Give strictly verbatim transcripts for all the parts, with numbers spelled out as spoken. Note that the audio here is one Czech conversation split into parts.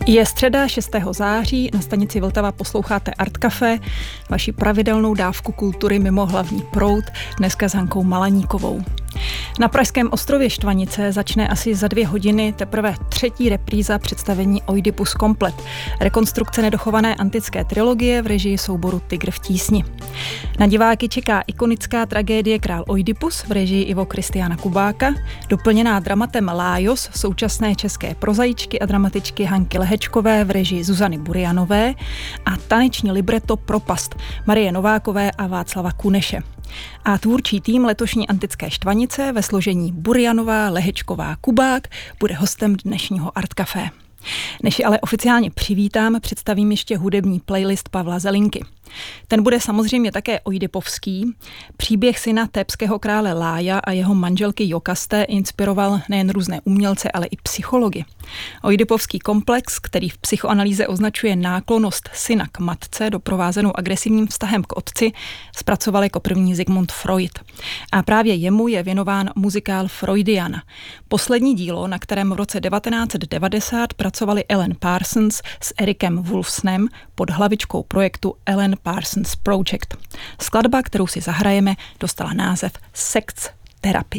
Je středa šestého září, na stanici Vltava posloucháte Art Café, vaši pravidelnou dávku kultury mimo hlavní proud, dneska s Hankou Malaníkovou. Na pražském ostrově Štvanice začne asi za dvě hodiny teprve třetí repríza představení Oidipus Komplet, rekonstrukce nedochované antické trilogie v režii souboru Tygr v tísni. Na diváky čeká ikonická tragédie Král Oidipus v režii Ivo Kristiána Kubáka, doplněná dramatem Laios současné české prozaičky a dramatičky Hanky Lehečkové v režii Zuzany Burianové a taneční libreto Propast Marie Novákové a Václava Kuneše. A tvůrčí tým letošní antické Štvanice ve složení Burianová, Lehečková, Kubák bude hostem dnešního Art Café. Než je ale oficiálně přivítám, představím ještě hudební playlist Pavla Zelinky. Ten bude samozřejmě také oidipovský. Příběh syna thébského krále Lája a jeho manželky Jokasté inspiroval nejen různé umělce, ale i psychology. Oidipovský komplex, který v psychoanalýze označuje náklonnost syna k matce doprovázenou agresivním vztahem k otci, zpracoval jako první Sigmund Freud. A právě jemu je věnován muzikál Freudiana. Poslední dílo, na kterém v roce devatenáct set devadesát pracovali Alan Parsons s Ericem Wolfsnem pod hlavičkou projektu Alan Parsons Project. Skladba, kterou si zahrajeme, dostala název Sex Therapy.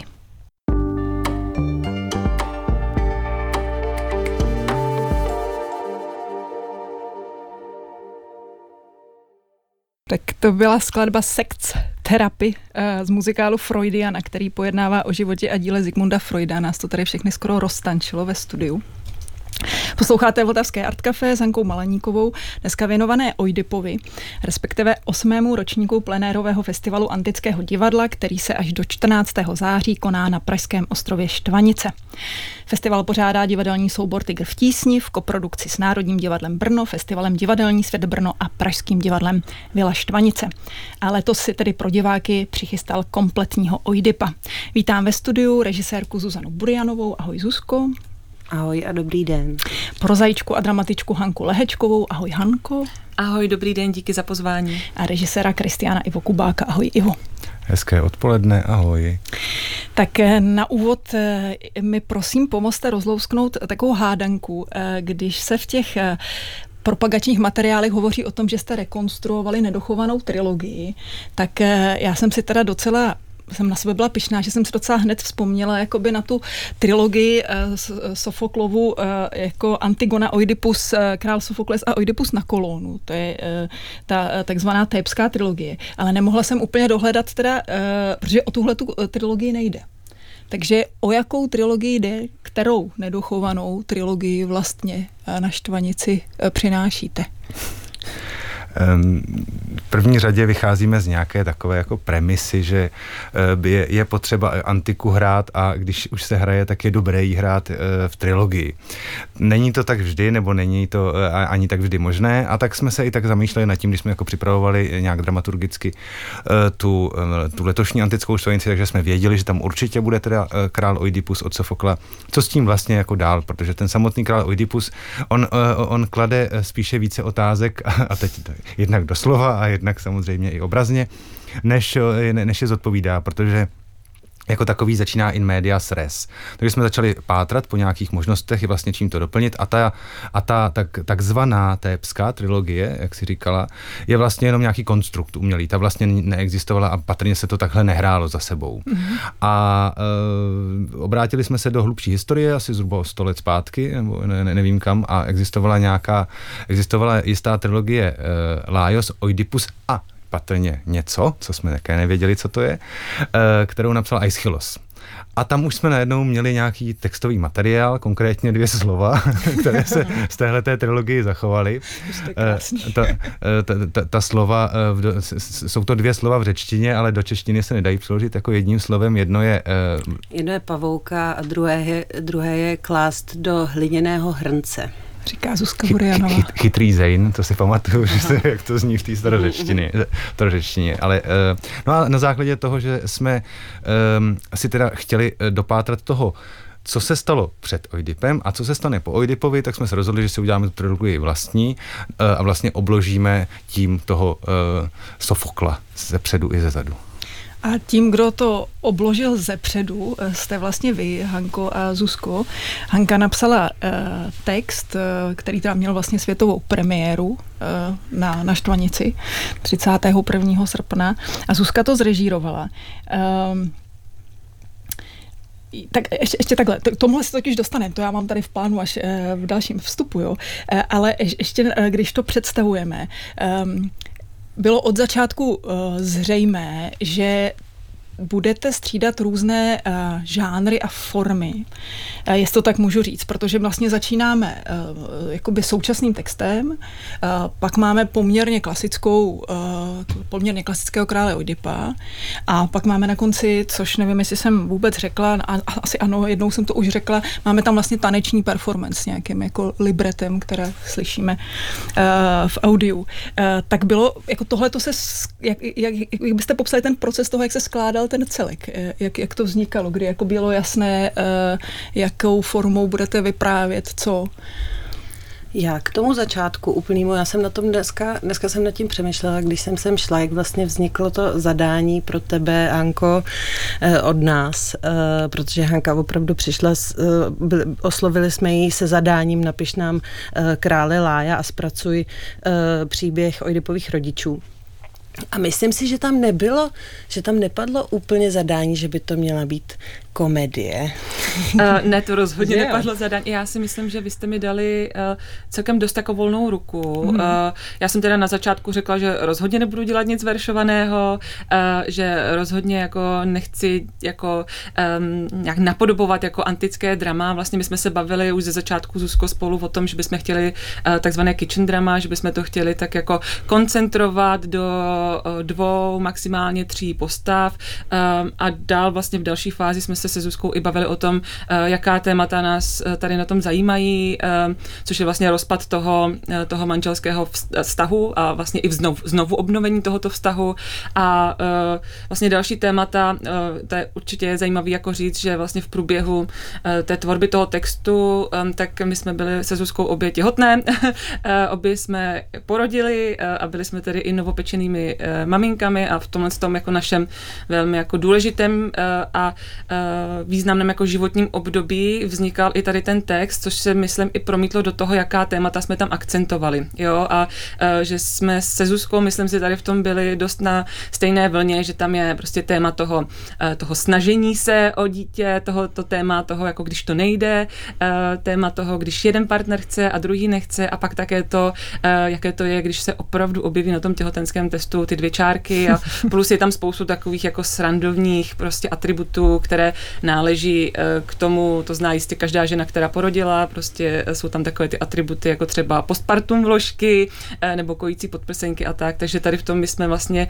Tak to byla skladba Sex Therapy z muzikálu Freudiana, který pojednává o životě a díle Sigmunda Freuda. Nás to tady všechny skoro roztančilo ve studiu. Posloucháte Vltavské Art Café s Hankou Malaníkovou, dneska věnované Oidipovi, respektive osmému ročníku plenérového festivalu antického divadla, který se až do čtrnáctého září koná na pražském ostrově Štvanice. Festival pořádá divadelní soubor Tygr v tísni v koprodukci s Národním divadlem Brno, Festivalem Divadelní svět Brno a Pražským divadlem Vila Štvanice. A letos si tedy pro diváky přichystal kompletního Oidipa. Vítám ve studiu režisérku Zuzanu Burianovou. Ahoj Zuzko. Ahoj a dobrý den. Prozaičku a dramatičku Hanku Lehečkovou. Ahoj Hanko. Ahoj, dobrý den, díky za pozvání. A režiséra Kristiána Ivo Kubáka. Ahoj Ivo. Hezké odpoledne, ahoj. Tak na úvod mi prosím pomozte rozlousknout takovou hádanku, když se v těch propagačních materiálech hovoří o tom, že jste rekonstruovali nedochovanou trilogii, tak já jsem si teda docela jsem na sebe byla pyšná, že jsem si docela hned vzpomněla jakoby na tu trilogii uh, Sofoklovu uh, jako Antigona, Oidipus, uh, král Sofokles a Oidipus na kolónu. To je uh, ta uh, takzvaná thébská trilogie. Ale nemohla jsem úplně dohledat teda, uh, protože o tuhle tu uh, trilogii nejde. Takže o jakou trilogii jde, kterou nedochovanou trilogii vlastně uh, na Štvanici uh, přinášíte? V první řadě vycházíme z nějaké takové jako premisy, že je, je potřeba antiku hrát a když už se hraje, tak je dobré jí hrát v trilogii. Není to tak vždy, nebo není to ani tak vždy možné a tak jsme se i tak zamýšleli nad tím, když jsme jako připravovali nějak dramaturgicky tu, tu letošní antickou Štvanici, takže jsme věděli, že tam určitě bude teda král Oidipus od Sofokla. Co s tím vlastně jako dál, protože ten samotný král Oidipus, on, on klade spíše více otázek a teď jednak doslova a jednak samozřejmě i obrazně, než, než je zodpovídá, protože jako takový začíná in medias res. Takže jsme začali pátrat po nějakých možnostech i vlastně čím to doplnit a ta, a ta tak, takzvaná thébská trilogie, jak si říkala, je vlastně jenom nějaký konstrukt umělý. Ta vlastně neexistovala a patrně se to takhle nehrálo za sebou. Mm-hmm. A e, obrátili jsme se do hlubší historie, asi zhruba o sto let zpátky, nebo ne, ne, nevím kam, a existovala nějaká, existovala jistá trilogie e, Laios, Oidipus a patrně něco, co jsme také nevěděli, co to je, kterou napsal Aeschylus. A tam už jsme najednou měli nějaký textový materiál, konkrétně dvě slova, které se z téhleté trilogii zachovaly. Ta, ta, ta, ta slova, jsou to dvě slova v řečtině, ale do češtiny se nedají přeložit jako jedním slovem. Jedno je... Jedno je pavouka a druhé je, druhé je klást do hliněného hrnce. Říká Zuzka Burianová. Chy, chytrý Zejn, to si pamatuju, že se, jak to zní v té starořečtině, starořečtině. Ale uh, no a na základě toho, že jsme um, si teda chtěli dopátrat toho, co se stalo před Oidipem a co se stane po Oidipovi, tak jsme se rozhodli, že si uděláme tu trilogii vlastní uh, a vlastně obložíme tím toho uh, Sofokla ze předu i ze zadu. A tím, kdo to obložil zepředu, jste vlastně vy, Hanko a Zuzko. Hanka napsala uh, text, uh, který teda měl vlastně světovou premiéru uh, na, na Štvanici třicátého prvního srpna a Zuzka to zrežírovala. Um, Tak ještě, ještě takhle, k tomuhle se totiž dostaneme, to já mám tady v plánu až e, v dalším vstupu, jo. E, ale ještě, e, když to představujeme, e, bylo od začátku e, zřejmé, že budete střídat různé uh, žánry a formy, uh, jestli to tak můžu říct, protože vlastně začínáme uh, jakoby současným textem, uh, pak máme poměrně klasickou, uh, poměrně klasického krále Oidipa a pak máme na konci, což nevím, jestli jsem vůbec řekla, a, a asi ano, jednou jsem to už řekla, máme tam vlastně taneční performance s nějakým jako libretem, které slyšíme uh, v audiu. Uh, tak bylo, jako tohle to se, jak, jak, jak byste popsali ten proces toho, jak se skládal ten celek, jak, jak to vznikalo, kdy jako bylo jasné, uh, jakou formou budete vyprávět, co? Já k tomu začátku úplnému, já jsem na tom dneska, dneska jsem nad tím přemýšlela, když jsem sem šla, jak vlastně vzniklo to zadání pro tebe, Hanko, od nás, protože Hanka opravdu přišla, oslovili jsme ji se zadáním, napiš nám Krále Lája a zpracuj příběh Oidipových rodičů. A myslím si, že tam nebylo, že tam nepadlo úplně zadání, že by to měla být komedie. Uh, ne, to rozhodně yeah. nepadlo zadání. Já si myslím, že vy jste mi dali uh, celkem dost jako volnou ruku. Mm. Uh, já jsem teda na začátku řekla, že rozhodně nebudu dělat nic veršovaného, uh, že rozhodně jako nechci jako um, nějak napodobovat jako antické drama. Vlastně my jsme se bavili už ze začátku Zuzko spolu o tom, že bychom chtěli uh, takzvané kitchen drama, že bychom to chtěli tak jako koncentrovat do uh, dvou, maximálně tří postav um, a dál vlastně v další fázi jsme se se Zuzkou i bavili o tom, jaká témata nás tady na tom zajímají, což je vlastně rozpad toho, toho manželského vztahu a vlastně i znovu, znovu obnovení tohoto vztahu a vlastně další témata, to je určitě zajímavý jako říct, že vlastně v průběhu té tvorby toho textu, tak my jsme byli se Zuzkou obě těhotné, obě jsme porodili a byli jsme tedy i novopečenými maminkami a v tomhle tom jako našem velmi jako důležitém a významném jako životním období vznikal i tady ten text, což se myslím i promítlo do toho, jaká témata jsme tam akcentovali. Jo? A že jsme se Zuzkou, myslím si, tady v tom byli dost na stejné vlně, že tam je prostě téma toho, toho snažení se o dítě, toho to téma toho, jako když to nejde, téma toho, když jeden partner chce a druhý nechce a pak také to, jaké to je, když se opravdu objeví na tom těhotenském testu ty dvě čárky a plus je tam spoustu takových jako srandovních prostě atributů, které náleží k tomu, to zná jistě každá žena, která porodila, prostě jsou tam takové ty atributy, jako třeba postpartum vložky, nebo kojící podprsenky a tak, takže tady v tom my jsme vlastně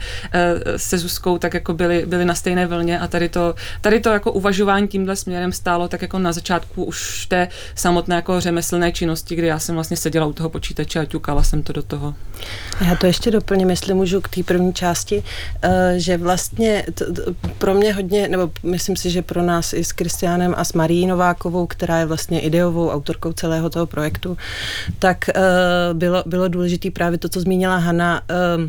se Zuzkou tak jako byli, byli na stejné vlně a tady to, tady to jako uvažování tímhle směrem stálo tak jako na začátku už té samotné jako řemeslné činnosti, kdy já jsem vlastně seděla u toho počítače a ťukala jsem to do toho. Já to ještě doplním, jestli můžu k té první části, že vlastně pro mě hodně, nebo myslím si, že pro nás i s Kristiánem a s Marií Novákovou, která je vlastně ideovou autorkou celého toho projektu, tak uh, bylo, bylo důležité právě to, co zmínila Hana, uh,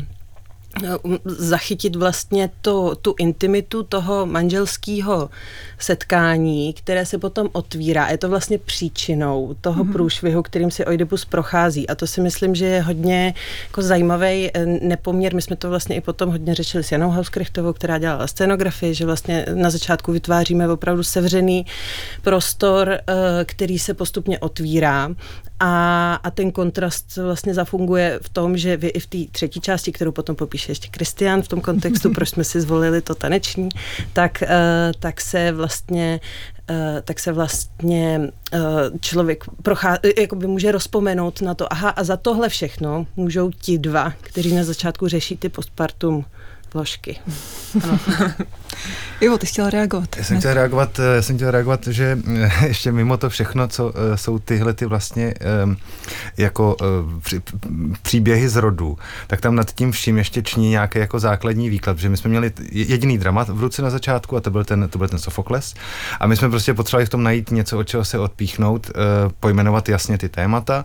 zachytit vlastně to, tu intimitu toho manželského setkání, které se potom otvírá. Je to vlastně příčinou toho mm-hmm. průšvihu, kterým si Oidipus prochází. A to si myslím, že je hodně jako zajímavý nepoměr. My jsme to vlastně i potom hodně řešili s Janou Hauskrichtovou, která dělala scenografii, že vlastně na začátku vytváříme opravdu sevřený prostor, který se postupně otvírá. A, a ten kontrast vlastně zafunguje v tom, že vy i v té třetí části, kterou potom popíše ještě Kristián v tom kontextu, proč jsme si zvolili to taneční, tak, uh, tak se vlastně uh, tak se vlastně uh, člověk prochá, jakoby může rozpomenout na to, aha, a za tohle všechno můžou ti dva, kteří na začátku řeší ty postpartum vložky. Ano. Jo, ty chtěla reagovat. Já jsem chtěl reagovat, já jsem chtěl reagovat, že ještě mimo to všechno, co jsou tyhle ty vlastně jako příběhy z rodu, tak tam nad tím vším ještě ční nějaký jako základní výklad, že my jsme měli jediný dramat v ruce na začátku a to byl ten, to byl ten Sofokles a my jsme prostě potřebovali v tom najít něco, od čeho se odpíchnout, pojmenovat jasně ty témata.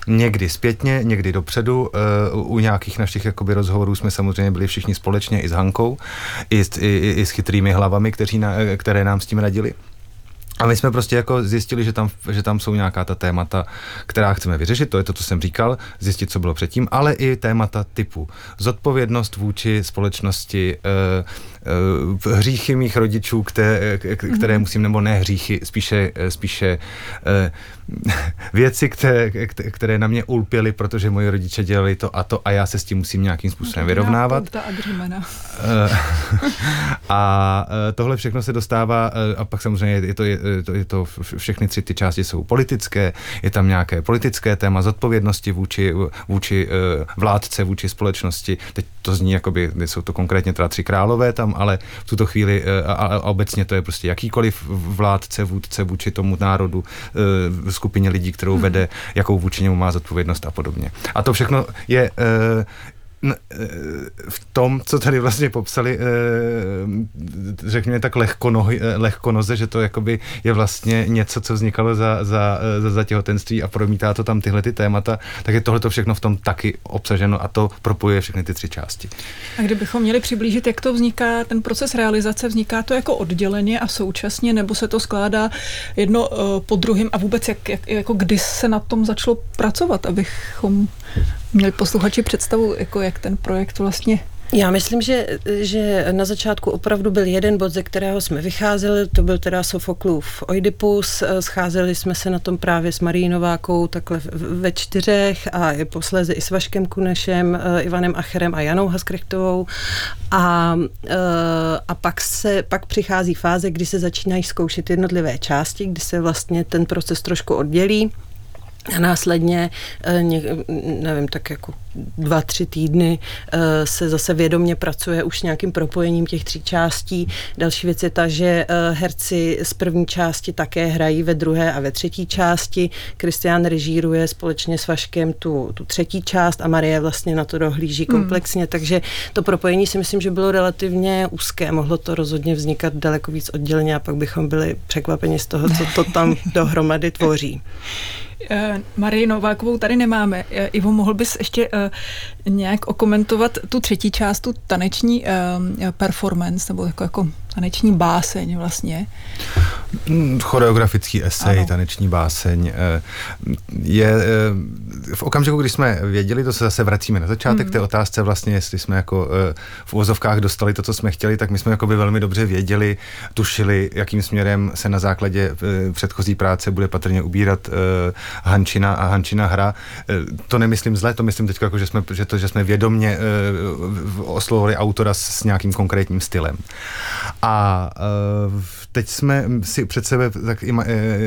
někdy zpětně, někdy dopředu. U nějakých našich jakoby rozhovorů jsme samozřejmě byli všichni společně i s Hankou, i s, i, i s chytrými hlavami, kteří na, které nám s tím radili. A my jsme prostě jako zjistili, že tam, že tam jsou nějaká ta témata, která chceme vyřešit, to je to, co jsem říkal, zjistit, co bylo předtím, ale i témata typu zodpovědnost vůči společnosti, uh, uh, hříchy mých rodičů, které, které musím, nebo ne hříchy, spíše, spíše uh, věci, které, které na mě ulpěly, protože moji rodiče dělali to a to a já se s tím musím nějakým způsobem vyrovnávat. A, a tohle všechno se dostává, a pak samozřejmě je to, je, to, je to všechny tři ty části jsou politické, je tam nějaké politické téma zodpovědnosti vůči, vůči vládce, vůči společnosti. Teď to zní, jakoby, jsou to konkrétně teda tři králové tam, ale v tuto chvíli a, a obecně to je prostě jakýkoliv vládce, vůdce vůči tomu národu, skupině lidí, kterou vede, jakou vůči němu má zodpovědnost a podobně. A to všechno je v tom, co tady vlastně popsali, řekněme tak lehkonohy, lehkonoze, že to jakoby je vlastně něco, co vznikalo za, za, za těhotenství a promítá to tam tyhle ty témata, tak je tohleto všechno v tom taky obsaženo a to propojuje všechny ty tři části. A kdybychom měli přiblížit, jak to vzniká, ten proces realizace, vzniká to jako odděleně a současně, nebo se to skládá jedno uh, po druhém a vůbec jak, jak, jako kdy se na tom začalo pracovat, abychom měli posluchači představu, jako jak ten projekt vlastně. Já myslím, že, že na začátku opravdu byl jeden bod, ze kterého jsme vycházeli, to byl teda Sofoklův Oidipus, scházeli jsme se na tom právě s Marií Novákou takhle ve čtyřech a posléze i s Vaškem Kunešem, Ivanem Acherem a Janou Haskrechtovou a, a pak, se, pak přichází fáze, kdy se začínají zkoušet jednotlivé části, kdy se vlastně ten proces trošku oddělí. A následně, nevím, tak jako dva, tři týdny se zase vědomě pracuje už s nějakým propojením těch tří částí. Další věc je ta, že herci z první části také hrají ve druhé a ve třetí části. Kristián režíruje společně s Vaškem tu, tu třetí část a Marie vlastně na to dohlíží komplexně, hmm. takže to propojení si myslím, že bylo relativně úzké. Mohlo to rozhodně vznikat daleko víc odděleně a pak bychom byli překvapeni z toho, co to tam dohromady tvoří. Marii Novákovou tady nemáme. Ivo, mohl bys ještě uh, nějak okomentovat tu třetí část, tu taneční uh, performance, nebo jako, jako taneční báseň vlastně? Choreografický esej, ano. Taneční báseň. Je v okamžiku, kdy jsme věděli, to se zase vracíme na začátek, mm. té otázce vlastně, jestli jsme jako v uvozovkách dostali to, co jsme chtěli, tak my jsme jako by velmi dobře věděli, tušili, jakým směrem se na základě předchozí práce bude patrně ubírat Hančina a Hančina hra. To nemyslím zle, to myslím teď jako, že jsme, že to, že jsme vědomně oslovili autora s nějakým konkrétním stylem. A teď jsme si před sebe, tak ima,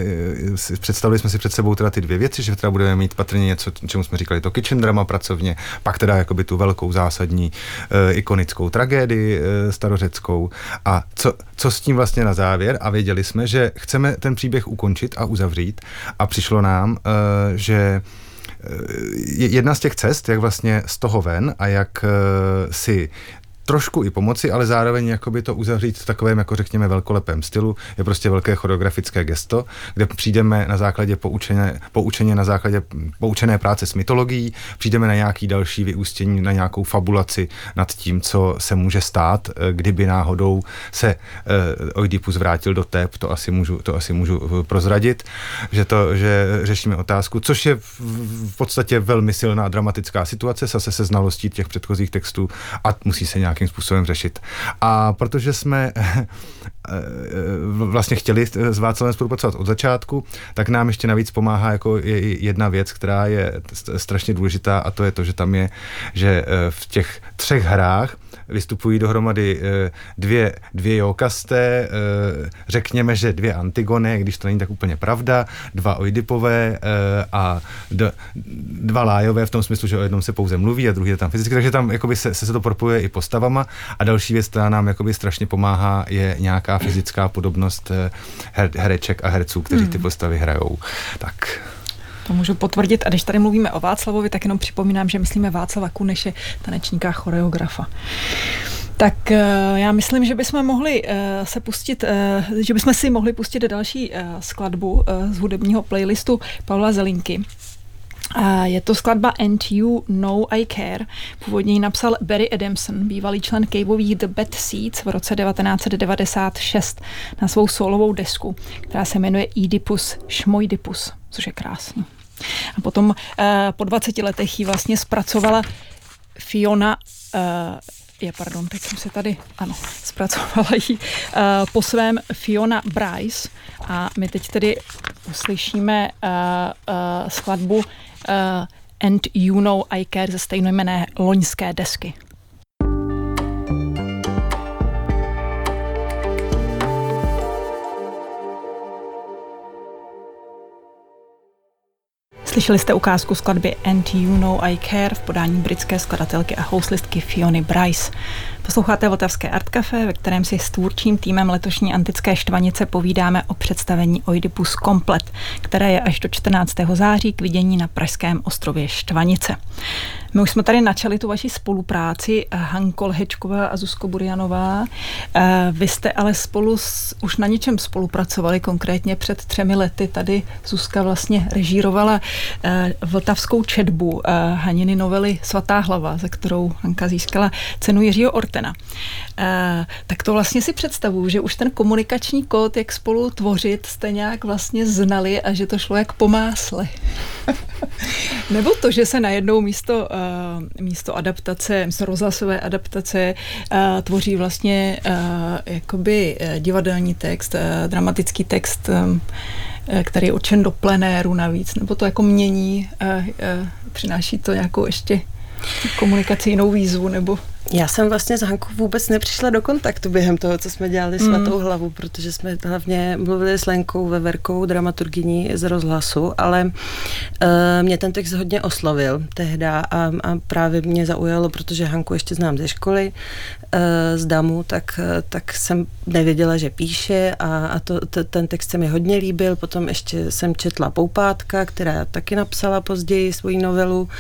e, představili jsme si před sebou teda ty dvě věci, že teda budeme mít patrně něco, čemu jsme říkali to kitchen drama pracovně, pak teda jakoby tu velkou zásadní e, ikonickou tragédii e, starořeckou a co, co s tím vlastně na závěr a věděli jsme, že chceme ten příběh ukončit a uzavřít a přišlo nám, e, že jedna z těch cest, jak vlastně z toho ven a jak e, si trošku i pomoci, ale zároveň jakoby to uzavřít v takovém, jako řekněme, velkolepém stylu, je prostě velké choreografické gesto, kde přijdeme na základě poučené, poučeně na základě poučené práce s mytologií, přijdeme na nějaký další vyústění, na nějakou fabulaci nad tím, co se může stát, kdyby náhodou se uh, Oidipus vrátil do Téb, to asi můžu, to asi můžu prozradit, že to, že řešíme otázku, což je v, v podstatě velmi silná dramatická situace, zase se znalostí těch předchozích textů a musí se nějak nějakým způsobem řešit. A protože jsme vlastně chtěli s Václavem spolupracovat od začátku, tak nám ještě navíc pomáhá jako jedna věc, která je strašně důležitá a to je to, že tam je, že v těch třech hrách vystupují dohromady dvě, dvě Jokasté, řekněme, že dvě Antigony, když to není tak úplně pravda, dva Oidipové a dva Lájové v tom smyslu, že o jednom se pouze mluví a druhý je tam fyzicky, takže tam jakoby se, se to propojuje i postavama a další věc, která nám jakoby strašně pomáhá, je nějaká fyzická podobnost her, hereček a herců, kteří ty postavy hrajou. Tak... To můžu potvrdit. A když tady mluvíme o Václavovi, tak jenom připomínám, že myslíme Václava Kuneše, tanečníka, choreografa. Tak já myslím, že bychom mohli se pustit, že bychom si mohli pustit další skladbu z hudebního playlistu Pavla Zelinky. Je to skladba And You Know I Care. Původně ji napsal Barry Adamson, bývalý člen Caveových The Bad Seeds v roce devatenáct set devadesát šest na svou solovou desku, která se jmenuje Oedipus Šmojdipus, což je krásný. A potom po dvaceti letech ji vlastně zpracovala Fiona je, pardon, teď jsem se tady, ano, zpracovala ji uh, po svém Fiona Bryce a my teď tedy uslyšíme uh, uh, skladbu uh, And You Know I Care ze stejnojmenné loňské desky. Slyšeli jste ukázku skladby And You Know I Care v podání britské skladatelky a houslistky Fiony Bryce. Posloucháte Vltavské Art Café, ve kterém si s tvůrčím týmem letošní antické štvanice povídáme o představení Oedipus Komplet, které je až do čtrnáctého září k vidění na pražském ostrově Štvanice. My už jsme tady načali tu vaši spolupráci, Hanko Lhečková a Zuzko Burjanová. Vy jste ale spolu s, už na něčem spolupracovali, konkrétně před třemi lety. Tady Zuzka vlastně režírovala vltavskou četbu Haniny novely Svatá hlava, za kterou Hanka získala cenu Jiřího Ortena. Tak to vlastně si představuju, že už ten komunikační kód, jak spolu tvořit, jste nějak vlastně znali a že to šlo jak po másle. Nebo to, že se najednou místo, uh, místo adaptace, místo rozhlasové adaptace uh, tvoří vlastně uh, jakoby uh, divadelní text, uh, dramatický text, um, který je určen do plenéru navíc, nebo to jako mění, uh, uh, přináší to nějakou ještě komunikaci, jinou výzvu, nebo... Já jsem vlastně s Hankou vůbec nepřišla do kontaktu během toho, co jsme dělali Svatou hlavu, protože jsme hlavně mluvili s Lenkou Veverkou, dramaturgyní z rozhlasu, ale uh, mě ten text hodně oslovil tehda a, a právě mě zaujalo, protože Hanku ještě znám ze školy, uh, z Damu, tak, tak jsem nevěděla, že píše a, a to, t, ten text se mi hodně líbil. Potom ještě jsem četla Poupátka, která taky napsala později svoji novelu.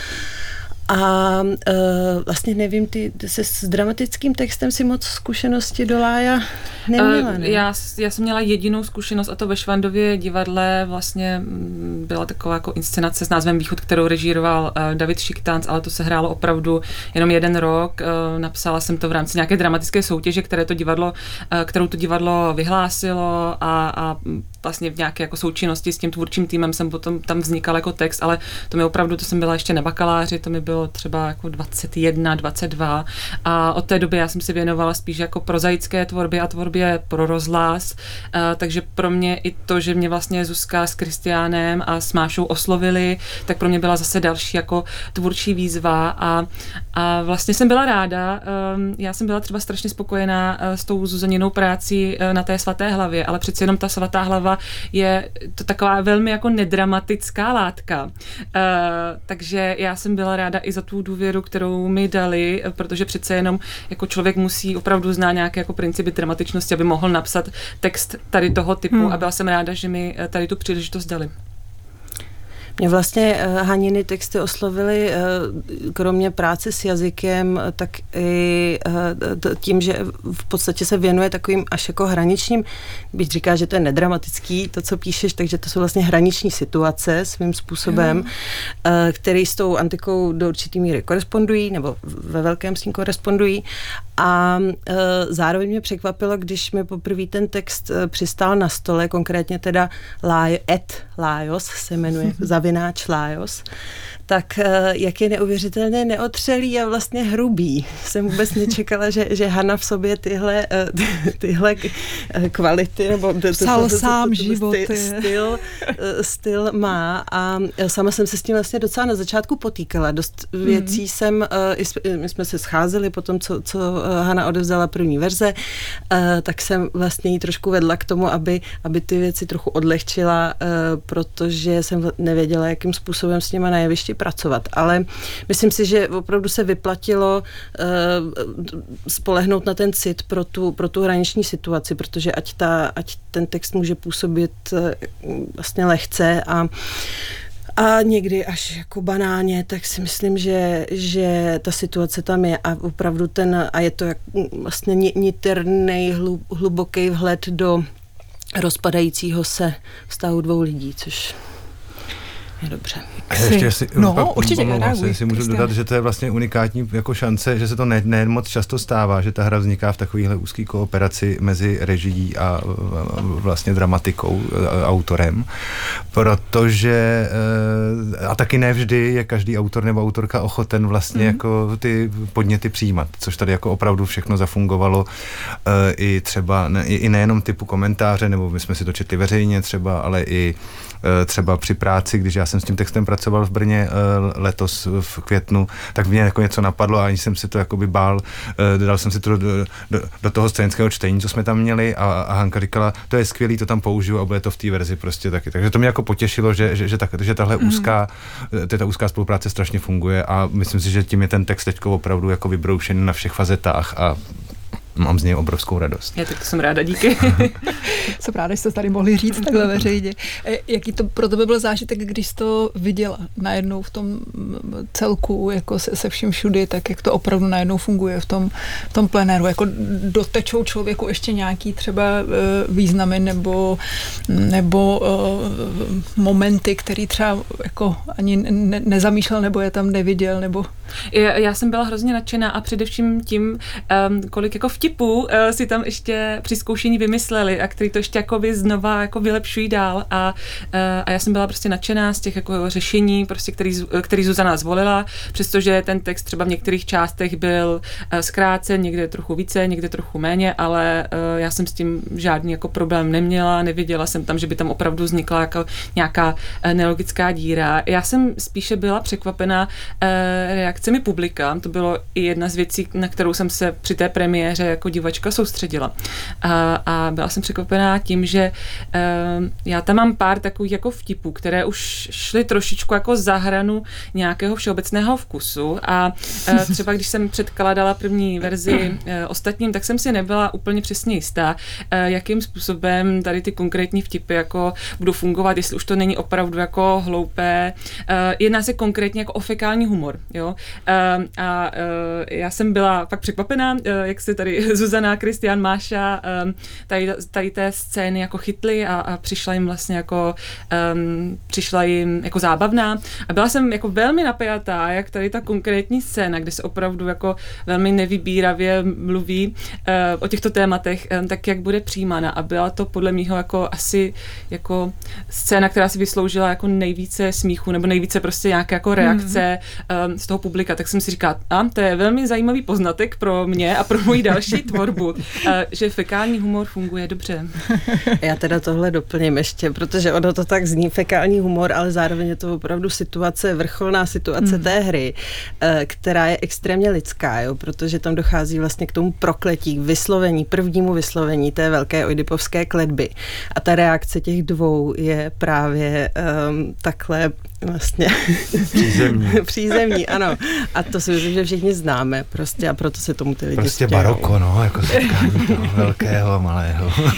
A uh, vlastně nevím, ty se s dramatickým textem si moc zkušenosti do Lája neměla, ne? Uh, já, já jsem měla jedinou zkušenost a to ve Švandově divadle vlastně byla taková jako inscenace s názvem Východ, kterou režíroval uh, David Šiktánc, ale to se hrálo opravdu jenom jeden rok. Uh, napsala jsem to v rámci nějaké dramatické soutěže, které to divadlo, uh, kterou to divadlo vyhlásilo a, a vlastně v nějaké jako součinnosti s tím tvůrčím týmem jsem potom tam vznikal jako text, ale to mi opravdu, to jsem byla ještě na bakaláři, to mi bylo třeba jako dvacet jedna, dvacet dva a od té doby já jsem si věnovala spíš jako prozaické tvorbě a tvorbě pro rozhlas, uh, takže pro mě i to, že mě vlastně Zuzka s Kristiánem a s Mášou oslovili, tak pro mě byla zase další jako tvůrčí výzva a, a vlastně jsem byla ráda, um, já jsem byla třeba strašně spokojená uh, s tou Zuzaninou práci uh, na té Svaté hlavě, ale přeci jenom ta Svatá hlava je to taková velmi jako nedramatická látka, uh, takže já jsem byla ráda i za tu důvěru, kterou mi dali, protože přece jenom jako člověk musí opravdu znát nějaké jako principy dramatičnosti, aby mohl napsat text tady toho typu hmm. a byla jsem ráda, že mi tady tu příležitost dali. Mě vlastně Haniny texty oslovily kromě práce s jazykem, tak i tím, že v podstatě se věnuje takovým až jako hraničním, bych říká, že to je nedramatický, to, co píšeš, takže to jsou vlastně hraniční situace svým způsobem, mm. které s tou antikou do určitý míry korespondují, nebo ve velkém s tím korespondují. A zároveň mě překvapilo, když mi poprvé ten text přistál na stole, konkrétně teda Lájo, et Lájos se jmenuje, zavináč Lájos, tak jak je neuvěřitelně neotřelý a vlastně hrubý. Jsem vůbec nečekala, že, že Hana v sobě tyhle, tyhle kvality, nebo psal sám životy. Styl, styl má a sama jsem se s tím vlastně docela na začátku potýkala. Dost věcí mm. jsem, my jsme se scházeli po tom, co, co Hana odevzdala první verze, tak jsem vlastně jí trošku vedla k tomu, aby, aby ty věci trochu odlehčila, protože jsem nevěděla, jakým způsobem s nima na jevišti pracovat. Ale myslím si, že opravdu se vyplatilo spolehnout na ten cit pro tu, pro tu hraniční situaci, protože ať, ta, ať ten text může působit vlastně lehce a A někdy až jako banálně, tak si myslím, že, že ta situace tam je a opravdu ten, a je to jak vlastně niternej, hluboký vhled do rozpadajícího se vztahu dvou lidí, což... Je dobře. A ještě, jestli, no, pak, určitě reaguji, si můžu dodat, že to je vlastně unikátní jako šance, že se to ne, ne moc často stává, že ta hra vzniká v takovýhle úzký kooperaci mezi režií a vlastně dramatikou, autorem, protože a taky nevždy je každý autor nebo autorka ochoten vlastně mm. jako ty podněty přijímat, což tady jako opravdu všechno zafungovalo i třeba, ne, i nejenom typu komentáře, nebo my jsme si to četli veřejně třeba, ale i třeba při práci, když já jsem s tím textem pracoval v Brně letos v květnu, tak mě jako něco napadlo a ani jsem si to jakoby bál, dal jsem si to do, do, do toho scénického čtení, co jsme tam měli a, a Hanka říkala, to je skvělý, to tam použiju a bude to v té verzi prostě taky. Takže to mě jako potěšilo, že, že, že, tak, že tahle mm. úzká, ta úzká spolupráce strašně funguje a myslím si, že tím je ten text teďko opravdu jako vybroušený na všech fazetách a mám z něj obrovskou radost. Já tak to jsem ráda, díky. Jsem ráda, že jste tady mohli říct takhle veřejně. Jaký to pro tebe byl zážitek, když jsi to viděla najednou v tom celku, jako se, se vším všudy, tak jak to opravdu najednou funguje v tom, v tom plenéru, jako dotečou člověku ještě nějaký třeba významy nebo, nebo momenty, který třeba jako ani ne, nezamýšlel nebo je tam neviděl, nebo... Já, já jsem byla hrozně nadšená a především tím, um, kolik jako vtipů uh, si tam ještě při zkoušení vymysleli a který to ještě jakoby znova jako vylepšují dál a, uh, a já jsem byla prostě nadšená z těch jako řešení, prostě, který, který Zuzana zvolila, přestože ten text třeba v některých částech byl uh, zkrácen, někde trochu více, někde trochu méně, ale uh, já jsem s tím žádný jako problém neměla, neviděla jsem tam, že by tam opravdu vznikla jako nějaká uh, nelogická díra. Já jsem spíše byla překvapená uh, reakcemi publika, to bylo i jedna z věcí, na kterou jsem se při té premiéře jako divačka soustředila. A, a byla jsem překvapená tím, že uh, já tam mám pár takových jako vtipů, které už šly trošičku jako za hranu nějakého všeobecného vkusu a uh, třeba když jsem předkládala první verzi uh, ostatním, tak jsem si nebyla úplně přesně jistá, uh, jakým způsobem tady ty konkrétní vtipy jako budou fungovat, jestli už to není opravdu jako hloupé. Uh, jedná se konkrétně jako o fekální humor, jo. Uh, a uh, já jsem byla fakt překvapená, uh, jak se tady Zuzana, Kristián, Máša um, tady, tady té scény jako chytly a, a přišla jim vlastně jako um, přišla jim jako zábavná a byla jsem jako velmi napjatá, jak tady ta konkrétní scéna, kde se opravdu jako velmi nevybíravě mluví uh, o těchto tématech, um, tak jak bude přijímána a byla to podle mýho jako asi jako scéna, která si vysloužila jako nejvíce smíchu nebo nejvíce prostě nějaké jako reakce hmm. um, z toho publika, tak jsem si říkala, a to je velmi zajímavý poznatek pro mě a pro moji další tvorbu, že fekální humor funguje dobře. Já teda tohle doplním ještě, protože ono to tak zní, fekální humor, ale zároveň je to opravdu situace, vrcholná situace mm. té hry, která je extrémně lidská, jo, protože tam dochází vlastně k tomu prokletí, k vyslovení, prvnímu vyslovení té velké oidipovské kletby. A ta reakce těch dvou je právě um, takhle vlastně přízemní. přízemní, ano. A to si myslím, že všichni známe prostě a proto se tomu ty lidi prostě stějou. Baroko, no, jako setkání toho velkého a malého. uh,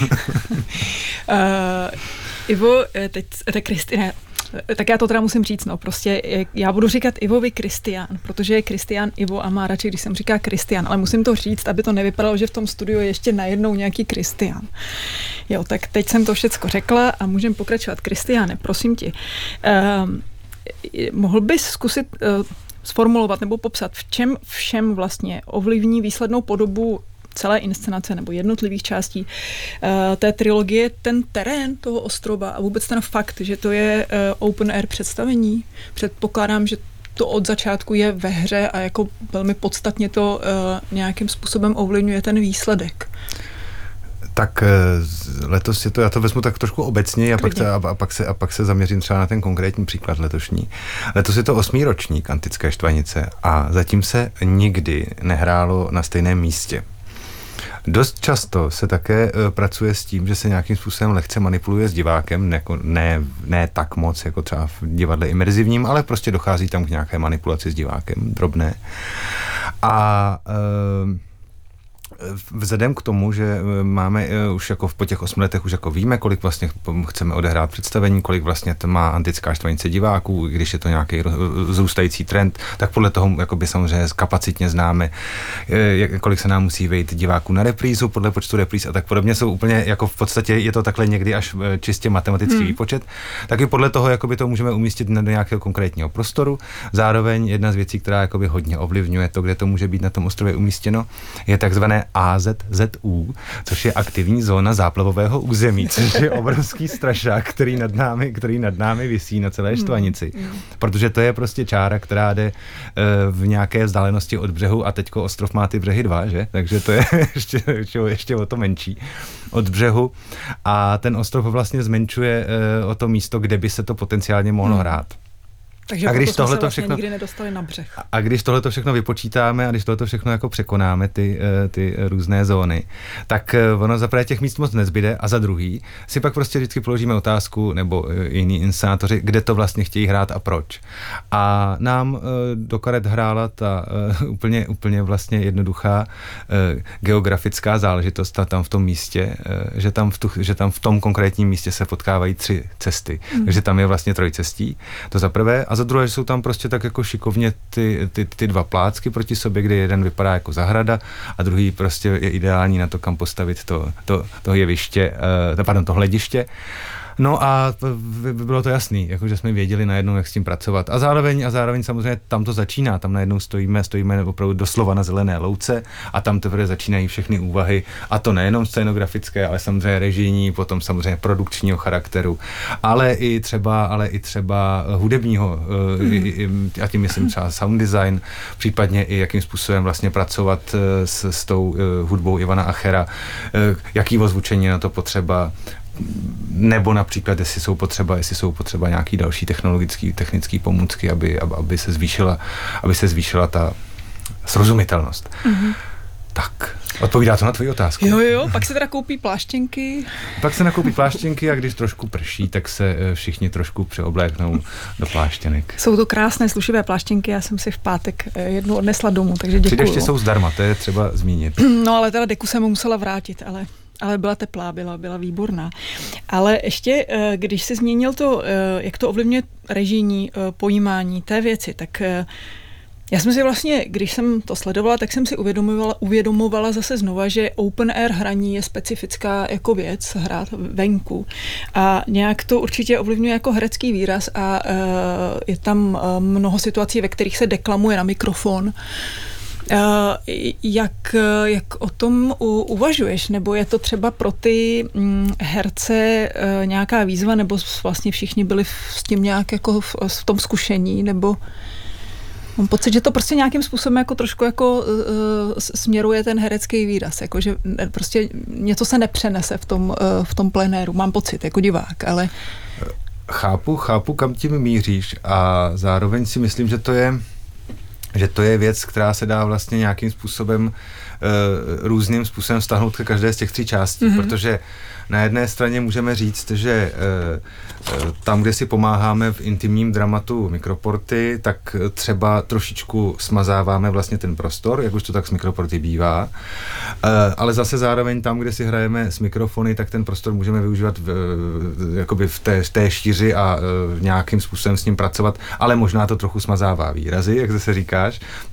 Ivo, teď, teď Kristine, tak já to teda musím říct, no, prostě já budu říkat Ivovi Kristián, protože je Kristián Ivo a má radši, když jsem říká Kristián, ale musím to říct, aby to nevypadalo, že v tom studiu je ještě najednou nějaký Kristián. Jo, tak teď jsem to všecko řekla a můžeme pokračovat. Kristiáne, prosím ti, uh, mohl bys zkusit uh, sformulovat nebo popsat, v čem všem vlastně ovlivní výslednou podobu celé inscenace nebo jednotlivých částí uh, té trilogie ten terén toho ostrova a vůbec ten fakt, že to je uh, open air představení. Předpokládám, že to od začátku je ve hře a jako velmi podstatně to uh, nějakým způsobem ovlivňuje ten výsledek. Tak letos je to, já to vezmu tak trošku obecně a pak, se, a, a, pak se, a pak se zaměřím třeba na ten konkrétní příklad letošní. Letos je to osmý ročník Antické štvanice a zatím se nikdy nehrálo na stejném místě. Dost často se také uh, pracuje s tím, že se nějakým způsobem lehce manipuluje s divákem, ne, ne, ne tak moc, jako třeba v divadle imerzivním, ale prostě dochází tam k nějaké manipulaci s divákem, drobné. A uh, Vzhledem k tomu, že máme už jako po těch osmi letech už jako víme, kolik vlastně chceme odehrát představení, kolik vlastně to má Antická štvanice diváků, když je to nějaký zrůstající trend, tak podle toho jakoby samozřejmě kapacitně známe, kolik se nám musí vejít diváků na reprízu, podle počtu repríz a tak podobně. Jsou úplně jako v podstatě je to takhle někdy až čistě matematický hmm. výpočet. Taky podle toho jakoby to můžeme umístit do nějakého konkrétního prostoru. Zároveň jedna z věcí, která jakoby hodně ovlivňuje to, kde to může být na tom ostrově umístěno, je takzvané A Z Z U, což je aktivní zóna záplavového území, což je obrovský strašák, který nad námi, který nad námi visí na celé Štvanici. Protože to je prostě čára, která jde uh, v nějaké vzdálenosti od břehu a teďko ostrov má ty břehy dva, že? Takže to je ještě, ještě, ještě o to menší od břehu a ten ostrov vlastně zmenšuje uh, o to místo, kde by se to potenciálně mohlo hmm. hrát. Takže a když tohle to vlastně všechno nikdy nedostali na břeh. A když tohle to všechno vypočítáme a když tohle to všechno jako překonáme ty, ty různé zóny, tak ono za prvé těch míst moc nezbyde a za druhý si pak prostě vždycky položíme otázku nebo jiní inscenátoři, kde to vlastně chtějí hrát a proč. A nám do karet hrála ta úplně, úplně vlastně jednoduchá geografická záležitost tam v tom místě, že tam v, tu, že tam v tom konkrétním místě se potkávají tři cesty. Mm. Takže tam je vlastně trojcestí. To za prvé. A za druhé, že jsou tam prostě tak jako šikovně ty, ty, ty dva plácky proti sobě, kde jeden vypadá jako zahrada a druhý prostě je ideální na to, kam postavit to, to, to jeviště, uh, pardon, to hlediště. No a bylo to jasný, jakože jsme věděli najednou, jak s tím pracovat. A zároveň, a zároveň samozřejmě tam to začíná, tam najednou stojíme, stojíme opravdu doslova na zelené louce a tam teprve začínají všechny úvahy, a to nejenom scénografické, ale samozřejmě režijní, potom samozřejmě produkčního charakteru, ale i třeba, ale i třeba hudebního, mm. a tím myslím třeba sound design, případně i jakým způsobem vlastně pracovat s, s tou hudbou Ivana Achera, jaký ozvučení na to potřeba, nebo například, jestli jsou potřeba, jestli jsou potřeba nějaký další technologický, technický pomůcky, aby, aby, se zvýšila, aby se zvýšila ta srozumitelnost. Mm-hmm. Tak, odpovídá to na tvoji otázku? Jo, jo, pak se teda koupí pláštěnky. Pak se nakoupí pláštěnky a když trošku prší, tak se všichni trošku přeobléknou do pláštěnek. Jsou to krásné, slušivé pláštěnky, já jsem si v pátek jednu odnesla domů, takže děkuju. Při deště jsou zdarma, to je třeba zmínit. No ale teda deku jsem mu musela vrátit, ale... Ale byla teplá, byla, byla výborná. Ale ještě, když jsi zmínil to, jak to ovlivňuje režijní pojímání té věci, tak já jsem si vlastně, když jsem to sledovala, tak jsem si uvědomovala, uvědomovala zase znova, že open air hraní je specifická jako věc, hrát venku. A nějak to určitě ovlivňuje jako herecký výraz a je tam mnoho situací, ve kterých se deklamuje na mikrofon. Uh, jak, jak o tom u, uvažuješ? Nebo je to třeba pro ty mm, herce uh, nějaká výzva, nebo vlastně všichni byli v, s tím nějak jako v, v tom zkušení, nebo mám pocit, že to prostě nějakým způsobem jako trošku jako uh, směruje ten herecký výraz, jako že prostě něco se nepřenese v tom, uh, v tom plenéru, mám pocit, jako divák, ale... Chápu, chápu, kam tím míříš a zároveň si myslím, že to je že to je věc, která se dá vlastně nějakým způsobem, uh, různým způsobem vztahnout ke každé z těch tří částí, mm-hmm. protože na jedné straně můžeme říct, že uh, uh, tam, kde si pomáháme v intimním dramatu mikroporty, tak třeba trošičku smazáváme vlastně ten prostor, jak už to tak s mikroporty bývá, uh, ale zase zároveň tam, kde si hrajeme s mikrofony, tak ten prostor můžeme využívat v, uh, jakoby v té, v té šíři a uh, nějakým způsobem s ním pracovat, ale možná to trochu smazává výrazy, jak se říká.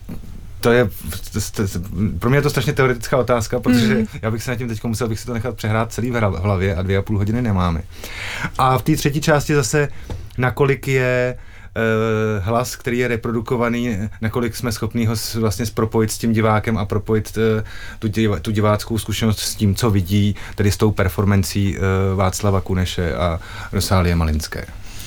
To je, pro mě je to strašně teoretická otázka, protože mm. já bych se na tím teď musel bych si to nechat přehrát celý v hlavě a dvě a půl hodiny nemáme. A v té třetí části zase, nakolik je uh, hlas, který je reprodukovaný, nakolik jsme schopní ho vlastně propojit s tím divákem a propojit uh, tu, div, tu diváckou zkušenost s tím, co vidí, tedy s tou performancí uh, Václava Kuneše a Rosálie Malinské.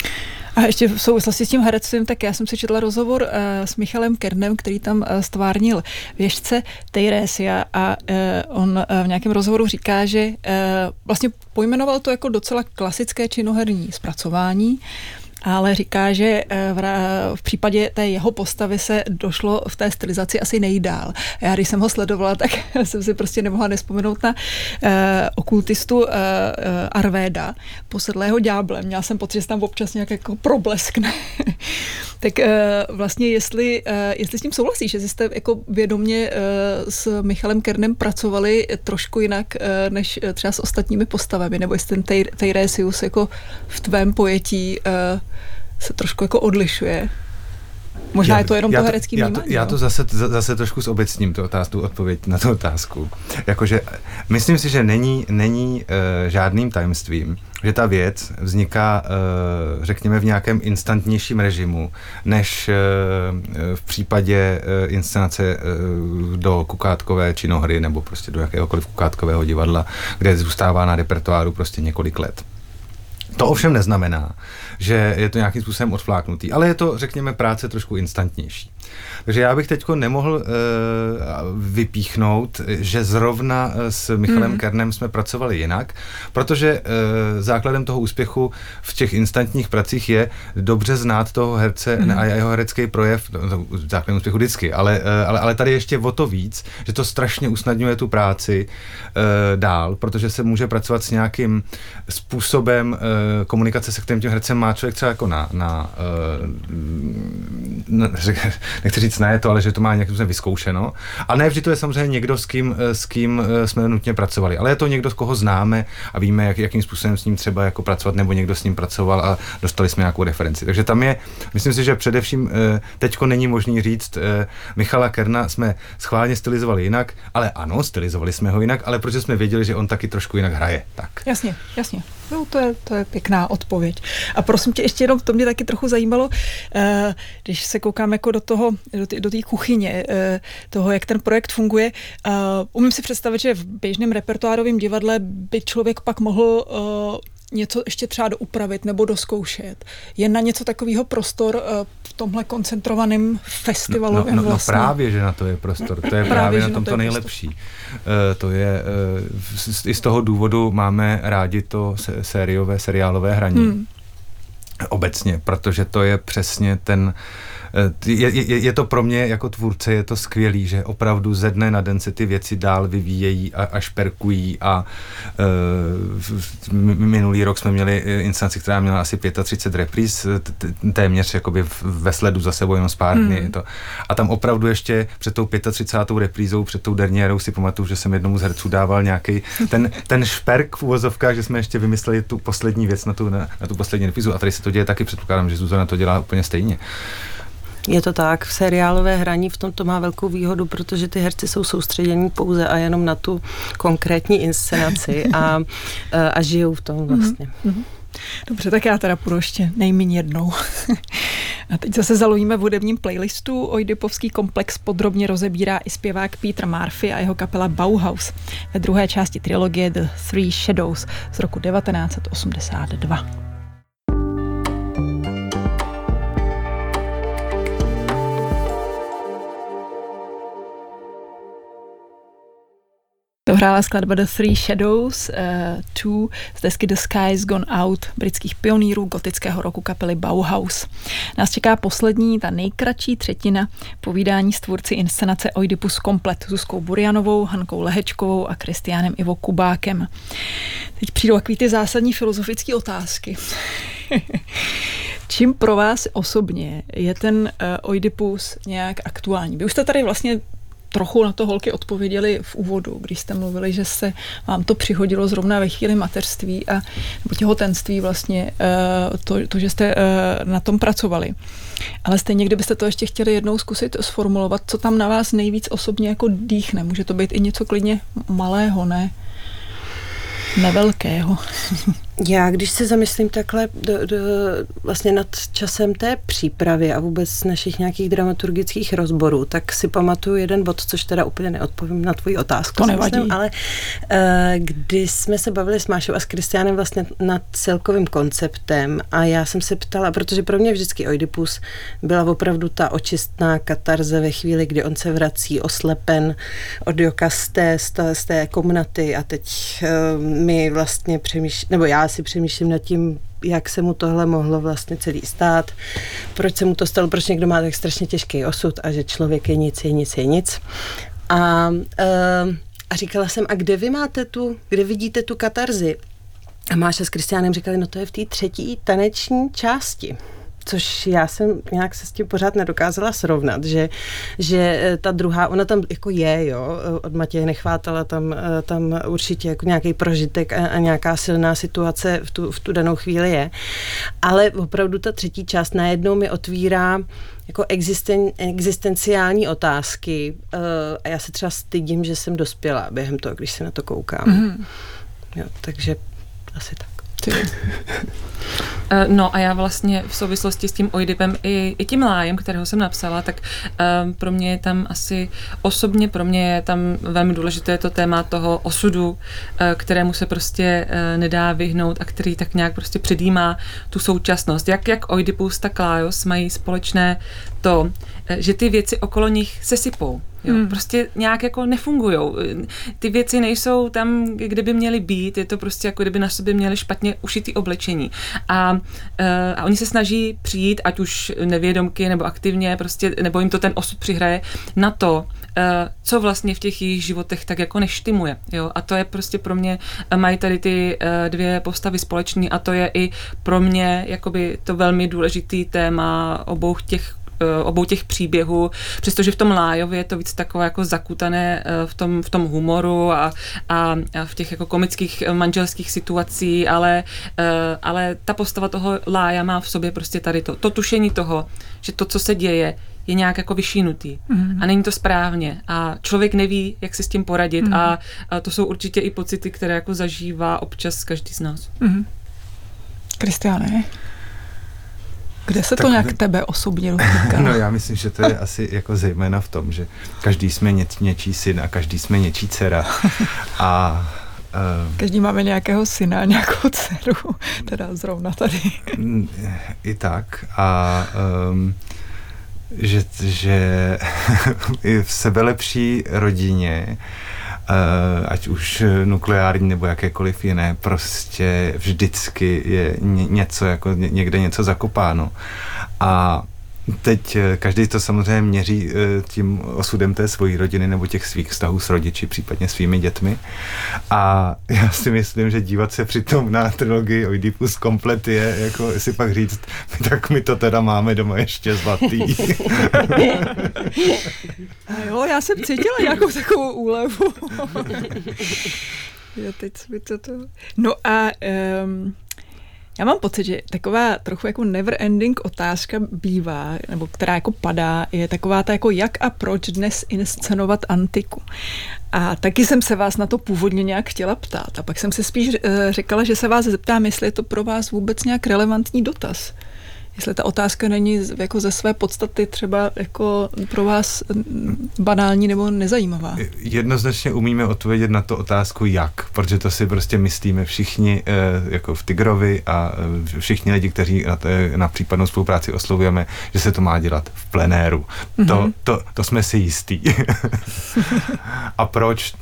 A ještě v souvislosti s tím herectvím, tak já jsem si četla rozhovor uh, s Michalem Kernem, který tam uh, stvárnil věštce Tejrésia a uh, on uh, v nějakém rozhovoru říká, že uh, vlastně pojmenoval to jako docela klasické činoherní zpracování, ale říká, že v případě té jeho postavy se došlo v té stylizaci asi nejdál. Já když jsem ho sledovala, tak jsem si prostě nemohla nespomenout na uh, okultistu uh, Arvéda, posedlého ďáblem. Měla jsem pocit, že tam občas nějak jako probleskne. Tak uh, vlastně jestli, uh, jestli s tím souhlasíš, že jste jako vědomě uh, s Michalem Kernem pracovali trošku jinak uh, než třeba s ostatními postavami, nebo jestli ten Teiresius jako v tvém pojetí uh, se trošku jako odlišuje? Možná já, je to jenom já to herecký vnímání. Já to, já to zase, zase trošku zobecním, tu otázku, odpověď na tu otázku. Jakože myslím si, že není, není uh, žádným tajemstvím, že ta věc vzniká, uh, řekněme, v nějakém instantnějším režimu, než uh, v případě uh, inscenace uh, do kukátkové činohry nebo prostě do jakéhokoliv kukátkového divadla, kde zůstává na repertoáru prostě několik let. To ovšem neznamená, že je to nějakým způsobem odfláknutý, ale je to, řekněme, práce trošku instantnější. Takže já bych teďko nemohl uh, vypíchnout, že zrovna s Michalem mm. Kernem jsme pracovali jinak, protože uh, základem toho úspěchu v těch instantních pracích je dobře znát toho herce mm. a jeho herecký projev, základem úspěchu vždycky, ale, uh, ale, ale tady ještě o to víc, že to strašně usnadňuje tu práci uh, dál, protože se může pracovat s nějakým způsobem uh, komunikace, se kterým tím hercem má člověk třeba jako na, na, uh, na nechci říct ne to, ale že to má nějakým způsobem vyzkoušeno. A ne vždy to je samozřejmě někdo, s kým, s kým jsme nutně pracovali, ale je to někdo, z koho známe a víme, jak, jakým způsobem s ním třeba jako pracovat, nebo někdo s ním pracoval a dostali jsme nějakou referenci. Takže tam je, myslím si, že především teďko není možný říct, Michala Kerna jsme schválně stylizovali jinak, ale ano, stylizovali jsme ho jinak, ale protože jsme věděli, že on taky trošku jinak hraje. Tak. Jasně, jasně. No, to je, to je pěkná odpověď. A prosím tě, ještě jenom, to mě taky trochu zajímalo, uh, když se koukám jako do toho, do té kuchyně, uh, toho, jak ten projekt funguje. Uh, umím si představit, že v běžném repertoárovém divadle by člověk pak mohl uh, něco ještě třeba doupravit nebo doskoušet. Je na něco takového prostor uh, v tomhle koncentrovaném festivalovém no, no, no, vlastně? No právě, že na to je prostor. To je právě, právě na tom to, to nejlepší. Uh, to je, uh, i z toho důvodu máme rádi to sériové, seriálové hraní. Hmm. Obecně, protože to je přesně ten Je, je, je to pro mě jako tvůrce, je to skvělý, že opravdu ze dne na den se ty věci dál vyvíjejí a, a šperkují a e, minulý rok jsme měli inscenaci, která měla asi třicet pět repríz, téměř jakoby ve sledu za sebou jenom z pár dny. Hmm. To. A tam opravdu ještě před tou třicátou pátou reprízou, před tou derniérou si pamatuju, že jsem jednomu z herců dával nějaký ten, ten šperk v uvozovkách, že jsme ještě vymysleli tu poslední věc na tu, na, na tu poslední reprízu a tady se to děje taky, předpokládám, že Zuzana to dělá úplně stejně. Je to tak, v seriálové hraní v tom to má velkou výhodu, protože ty herci jsou soustředění pouze a jenom na tu konkrétní inscenaci a, a žijou v tom vlastně. Mm-hmm. Dobře, tak já teda půjdu ještě nejméně jednou. A teď zase zalovíme v hudebním playlistu. Oidipovský komplex podrobně rozebírá i zpěvák Peter Murphy a jeho kapela Bauhaus ve druhé části trilogie The Three Shadows z roku devatenáct set osmdesát dva. Dohrála skladba The Three Shadows uh, two z desky The Sky's Gone Out britských pionýrů gotického roku kapely Bauhaus. Nás čeká poslední, ta nejkratší třetina povídání s tvůrci inscenace Oidipus komplet Zuzkou Burjanovou, Hankou Lehečkovou a Kristiánem Ivo Kubákem. Teď přijdou takový ty zásadní filozofické otázky. Čím pro vás osobně je ten uh, Oidipus nějak aktuální? Vy už jste tady vlastně trochu na to holky odpověděli v úvodu, když jste mluvili, že se vám to přihodilo zrovna ve chvíli mateřství a nebo těhotenství vlastně, to, to, že jste na tom pracovali. Ale stejně, kdybyste to ještě chtěli jednou zkusit sformulovat, co tam na vás nejvíc osobně jako dýchne. Může to být i něco klidně malého, ne? Nevelkého. Já, když se zamyslím takhle do, do, vlastně nad časem té přípravy a vůbec našich nějakých dramaturgických rozborů, tak si pamatuju jeden bod, což teda úplně neodpovím na tvoji otázku. To nevadí. Myslím, ale uh, když jsme se bavili s Mášou a s Kristiánem vlastně nad celkovým konceptem a já jsem se ptala, protože pro mě vždycky Oidipus byla opravdu ta očistná katarze ve chvíli, kdy on se vrací oslepen od Joka z té, z té, z té komnaty a teď uh, my vlastně přemýšlím, nebo já si přemýšlím nad tím, jak se mu tohle mohlo vlastně celý stát, proč se mu to stalo, proč někdo má tak strašně těžký osud a že člověk je nic, je nic, je nic. A, uh, a říkala jsem, a kde vy máte tu, kde vidíte tu katarzi? A Máša s Kristiánem říkali, no to je v té třetí taneční části. což já jsem nějak se s tím pořád nedokázala srovnat, že, že ta druhá, ona tam jako je, jo, od Matěje Nechvátala tam, tam určitě jako nějaký prožitek a, a nějaká silná situace v tu, v tu danou chvíli je, ale opravdu ta třetí část najednou mi otvírá jako existen, existenciální otázky uh, a já se třeba stydím, že jsem dospěla během toho, když se na to koukám. Mm. Jo, takže asi tak. No a já vlastně v souvislosti s tím Oidipem i, i tím lájem, kterého jsem napsala, tak um, pro mě je tam asi osobně, pro mě je tam velmi důležité to téma toho osudu, uh, kterému se prostě uh, nedá vyhnout a který tak nějak prostě předjímá tu současnost. Jak, jak Oidipus, tak Laios mají společné to, uh, že ty věci okolo nich se sypou. Jo, hmm. Prostě nějak jako nefungujou. Ty věci nejsou tam, kde by měly být, je to prostě jako kdyby na sobě měli špatně ušitý oblečení. A, a oni se snaží přijít, ať už nevědomky nebo aktivně, prostě, nebo jim to ten osud přihraje, na to, co vlastně v těch jejich životech tak jako neštimuje. Jo? A to je prostě pro mě, mají tady ty dvě postavy společný a to je i pro mě jakoby to velmi důležitý téma obou těch obou těch příběhů, přestože v tom Lájově je to víc takové jako zakutané v tom, v tom humoru a, a, a v těch jako komických manželských situací, ale, ale ta postava toho Lája má v sobě prostě tady to, to tušení toho, že to, co se děje, je nějak jako vyšínutý mm. a není to správně a člověk neví, jak si s tím poradit mm. a, a to jsou určitě i pocity, které jako zažívá občas každý z nás. Mm. Kristiáne? Kde se tak, to nějak tebe osobně dotýká? No já myslím, že to je asi jako zejména v tom, že každý jsme ně, něčí syn a každý jsme něčí dcera. A uh, každý máme nějakého syna a nějakou dceru, teda zrovna tady. I tak. A um, že, že i v sebelepší rodině, ať už nukleární nebo jakékoliv jiné, prostě vždycky je něco, jako někde něco zakopáno. A teď každý to samozřejmě měří tím osudem té svojí rodiny nebo těch svých vztahů s rodiči, případně svými dětmi. A já si myslím, že dívat se přitom na trilogii Oidipus komplet je, jako si pak říct, tak my to teda máme doma ještě zlatý. A jo, já jsem cítila nějakou takovou úlevu. Já teď mi to to... No a... Um... Já mám pocit, že taková trochu jako never ending otázka bývá, nebo která jako padá, je taková ta jako jak a proč dnes inscenovat antiku. A taky jsem se vás na to původně nějak chtěla ptát. A pak jsem si spíš řekla, že se vás zeptám, jestli je to pro vás vůbec nějak relevantní dotaz. Jestli ta otázka není jako ze své podstaty třeba jako pro vás banální nebo nezajímavá. Jednoznačně umíme odpovědět na tu otázku jak, protože to si prostě myslíme všichni jako v Tigrovi a všichni lidi, kteří na, té, na případnou spolupráci oslovujeme, že se to má dělat v plenéru. Mm-hmm. To, to, to jsme si jistí. A proč?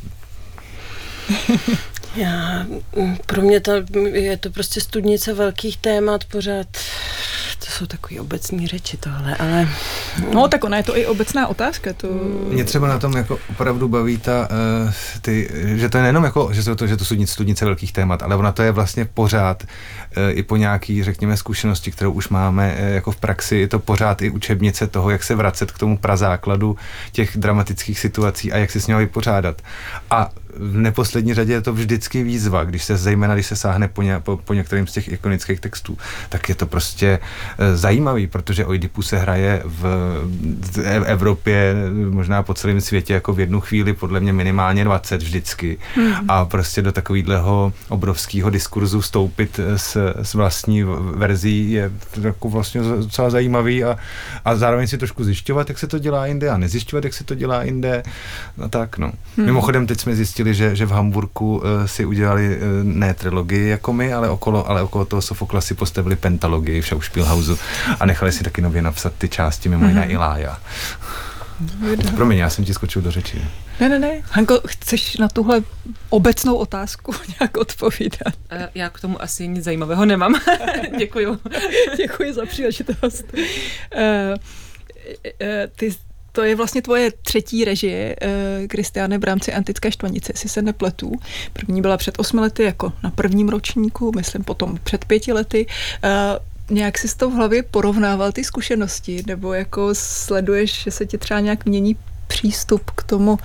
Já, pro mě to, je to prostě studnice velkých témat pořád. To jsou takový obecní řeči tohle, ale... No, tak ona je to i obecná otázka. To... Mě třeba na tom jako opravdu baví ta, uh, ty, že to je nejenom jako, že to, že to studnice, studnice velkých témat, ale ona to je vlastně pořád uh, i po nějaký, řekněme, zkušenosti, kterou už máme uh, jako v praxi, je to pořád i učebnice toho, jak se vracet k tomu prazákladu těch dramatických situací a jak si s ním vypořádat. A v neposlední řadě je to vždycky výzva, když se zejména, když se sáhne po, ně, po, po některým z těch ikonických textů, tak je to prostě e, zajímavý, protože Oidipus se hraje v, v Evropě, možná po celém světě, jako v jednu chvíli, podle mě minimálně dvacet vždycky. Hmm. A prostě do takového obrovského diskurzu vstoupit s, s vlastní verzí je jako vlastně docela zajímavý a, a zároveň si trošku zjišťovat, jak se to dělá jinde a nezjišťovat, jak se to dělá jinde. No tak, no. Hmm. Mimochodem, teď jsme zjistili, Že, že v Hamburku uh, si udělali uh, ne trilogii jako my, ale okolo, ale okolo toho Sofokla si postavili pentalogii v Schauspielhausu a nechali si taky nově napsat ty části, mimo jiné mm-hmm. i Lája. Promiň, já jsem ti skočil do řeči. Ne, ne, ne. Hanko, chceš na tuhle obecnou otázku nějak odpovídat? Já k tomu asi nic zajímavého nemám. Děkuju. Děkuji za příležitost. Uh, uh, ty To je vlastně tvoje třetí režie, Kristiáne, v rámci Antické štvanice, jestli se nepletu. První byla před osmi lety jako na prvním ročníku, myslím potom před pěti lety. nějak si s tou v hlavě porovnával ty zkušenosti, nebo jako sleduješ, že se ti třeba nějak mění přístup k tomu,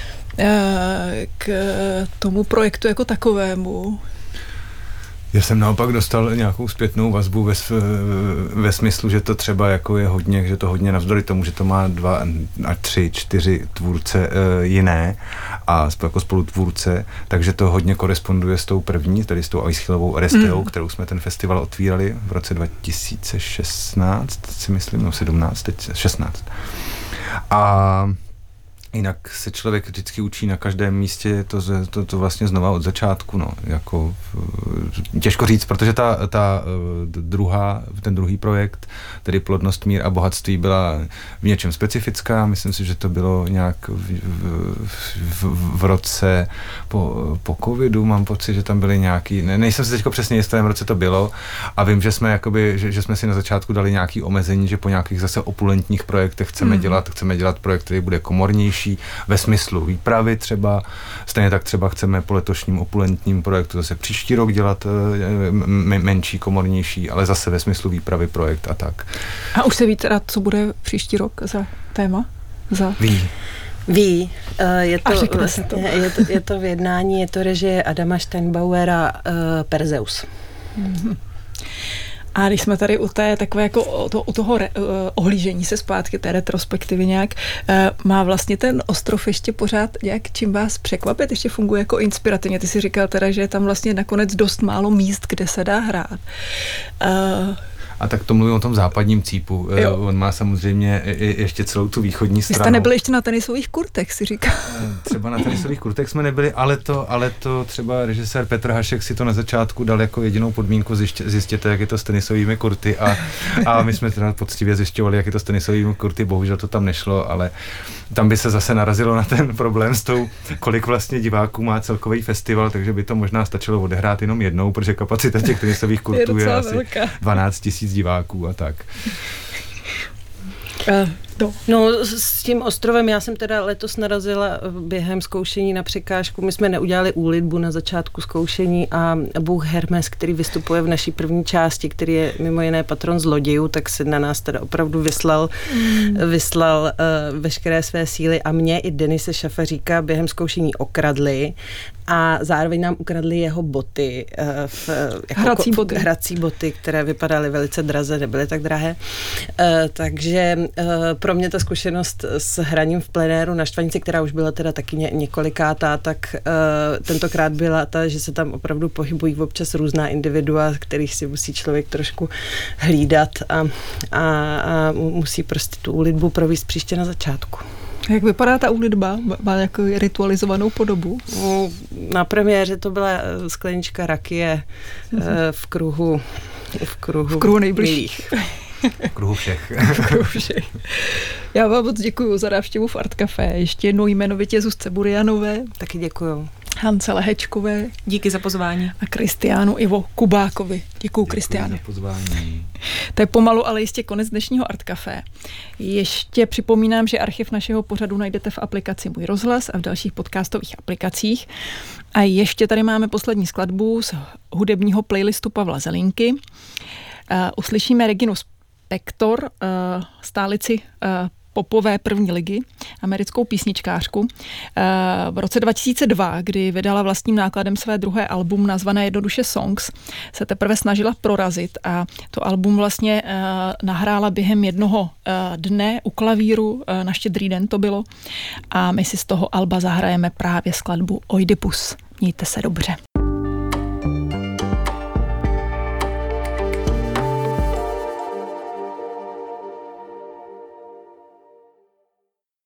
k tomu projektu jako takovému? Já jsem naopak dostal nějakou zpětnou vazbu ve, ve smyslu, že to třeba jako je hodně, že to hodně navzdory tomu, že to má dva a tři, čtyři tvůrce e, jiné a jako spolutvůrce, takže to hodně koresponduje s tou první, tedy s tou Aeschylovou Aristeou, mm. kterou jsme ten festival otvírali v roce dva tisíce šestnáct, si myslím, no sedmnáct, teď šestnáct. A jinak se člověk vždycky učí na každém místě to, to, to vlastně znova od začátku, no, jako těžko říct, protože ta, ta druhá, ten druhý projekt, tedy Plodnost, mír a bohatství, byla v něčem specifická, myslím si, že to bylo nějak v, v, v, v roce po, po covidu, mám pocit, že tam byly nějaký, ne, nejsem si teďko přesně jistý, v roce to bylo a vím, že jsme jakoby, že, že jsme si na začátku dali nějaký omezení, že po nějakých zase opulentních projektech chceme mm. dělat, chceme dělat projekt, který bude komornější, ve smyslu výpravy třeba. Stejně tak třeba chceme po letošním opulentním projektu zase příští rok dělat m- menší, komornější, ale zase ve smyslu výpravy projekt a tak. A už se ví teda, co bude příští rok za téma? Za... Ví. Ví, je to, vlastně, to. Je, to, je to v jednání, je to režie Adama Steinbauera uh, Perseus. Mm-hmm. A když jsme tady u té takové jako to, u toho re, uh, ohlížení se zpátky, té retrospektivy nějak, uh, má vlastně ten ostrov ještě pořád nějak čím vás překvapit, ještě funguje jako inspirativně. Ty si říkal teda, že je tam vlastně nakonec dost málo míst, kde se dá hrát. Uh, A tak to mluvím o tom západním cípu. Jo. On má samozřejmě ještě celou tu východní stranu. Vy jste nebyli ještě na tenisových kurtech, si říkal. Třeba na tenisových kurtech jsme nebyli, ale to, ale to třeba režisér Petr Hašek si to na začátku dal jako jedinou podmínku, zjistěte, jak je to s tenisovými kurty a, a my jsme teda poctivě zjišťovali, jak je to s tenisovými kurty, bohužel to tam nešlo, ale tam by se zase narazilo na ten problém s tou, kolik vlastně diváků má celkový festival, takže by to možná stačilo odehrát jenom jednou, protože kapacita těch tenisových kurtů je, je asi dvanáct tisíc diváků a tak. Uh, no. no, s tím ostrovem já jsem teda letos narazila během zkoušení na překážku. My jsme neudělali úlitbu na začátku zkoušení a bůh Hermes, který vystupuje v naší první části, který je mimo jiné patron zlodějů, tak se na nás teda opravdu vyslal, mm. vyslal uh, veškeré své síly a mě i Denise Šafaříka během zkoušení okradli a zároveň nám ukradli jeho boty. Uh, v, jako hrací boty. Hrací boty, které vypadaly velice draze, nebyly tak drahé. Uh, takže uh, pro mě ta zkušenost s hraním v plenéru na Štvanici, která už byla teda taky ně, několikátá, tak uh, tentokrát byla ta, že se tam opravdu pohybují občas různá individua, kterých si musí člověk trošku hlídat a, a, a musí prostě tu úlitbu provést příště na začátku. Jak vypadá ta úlitba? Má jako ritualizovanou podobu? Na premiéře to byla sklenička rakie mm-hmm. v kruhu v kruhu, v kruhu nejbližších. V kruhu všech. V kruhu všech. Já vám moc děkuju za návštěvu v Art Café. Ještě jednou jmenovitě Zuzce Burianové. Taky děkuju. Hance Lehečkové. Díky za pozvání. A Kristiánu Ivo Kubákovi. Děkuju, Kristiánu. Děkuji za pozvání. To je pomalu, ale jistě konec dnešního Art Café. Ještě připomínám, že archiv našeho pořadu najdete v aplikaci Můj rozhlas a v dalších podcastových aplikacích. A ještě tady máme poslední skladbu z hudebního playlistu Pavla Zelinky. Uh, uslyšíme Reginu Spektor, uh, stálici uh, popové první ligy, americkou písničkářku. V roce dva tisíce dva, kdy vydala vlastním nákladem své druhé album nazvané jednoduše Songs, se teprve snažila prorazit a to album vlastně nahrála během jednoho dne u klavíru, na Štědrý den to bylo, a my si z toho alba zahrajeme právě skladbu Oidipus. Mějte se dobře.